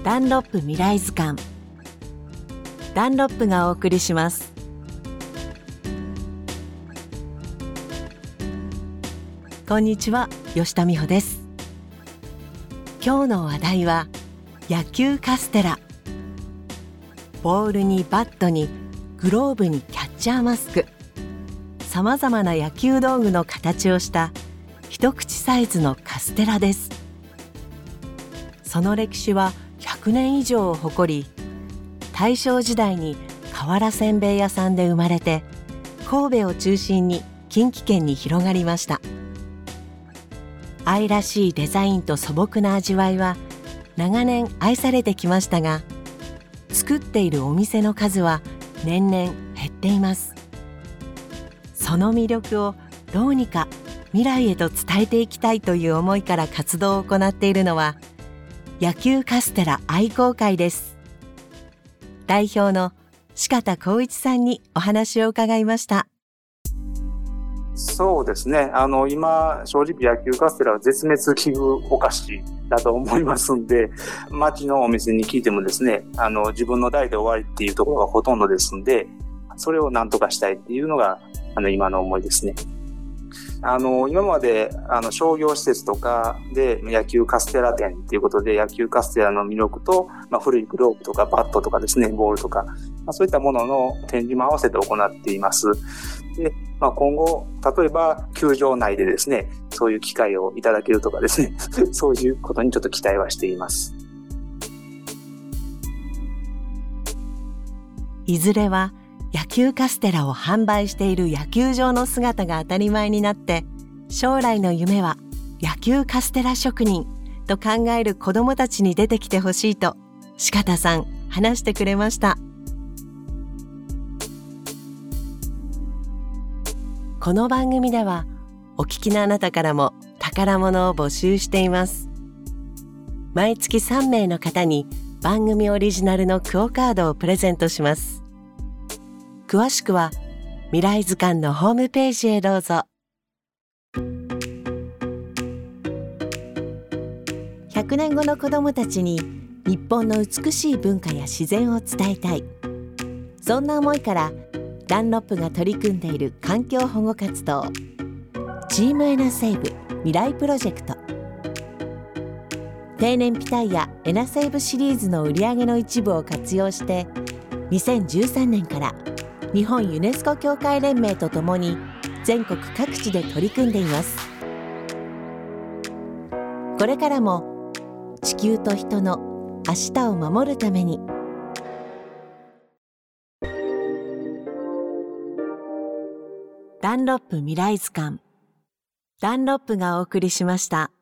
ダンロップ未来図鑑。ダンロップがお送りします。こんにちは、吉田美穂です。今日の話題は野球カステラ。ボールにバットにグローブにキャッチャーマスク、さまざまな野球道具の形をした一口サイズのカステラです。その歴史は100年以上を誇り、大正時代に瓦せんべい屋さんで生まれて、神戸を中心に近畿圏に広がりました。愛らしいデザインと素朴な味わいは長年愛されてきましたが、作っているお店の数は年々減っています。その魅力をどうにか未来へと伝えていきたいという思いから活動を行っているのは野球カステラ愛好会です。代表の四方光一さんにお話を伺いました。 そうですね。今、正直野球カステラは絶滅危惧お菓子だと思いますんで、町のお店に聞いてもですね、自分の代で終わりっていうところがほとんどですんで、それを何とかしたいっていうのが、今の思いですね。今まで、商業施設とかで野球カステラ店っていうことで、野球カステラの魅力と、古いグローブとかバットとかですね、ボールとか、そういったものの展示も合わせて行っています。で、今後、例えば、球場内でですね、そういう機会をいただけるとかですね、そういうことにちょっと期待はしています。 いずれは、野球カステラを販売している野球場の姿が当たり前になって、将来の夢は野球カステラ職人と考える子どもたちに出てきてほしいと、四方さん話してくれました。この番組ではお聞きのあなたからも宝物を募集しています。毎月3名の方に番組オリジナルのクオカードをプレゼントします。詳しくは未来図鑑のホームページへどうぞ。100年後の子どもたちに日本の美しい文化や自然を伝えたい。そんな思いからダンロップが取り組んでいる環境保護活動、チームエナセーブ未来プロジェクト。低燃費タイヤエナセーブシリーズの売り上げの一部を活用して、2013年から日本ユネスコ協会連盟とともに全国各地で取り組んでいます。これからも地球と人の明日を守るために。ダンロップ未来図鑑。ダンロップがお送りしました。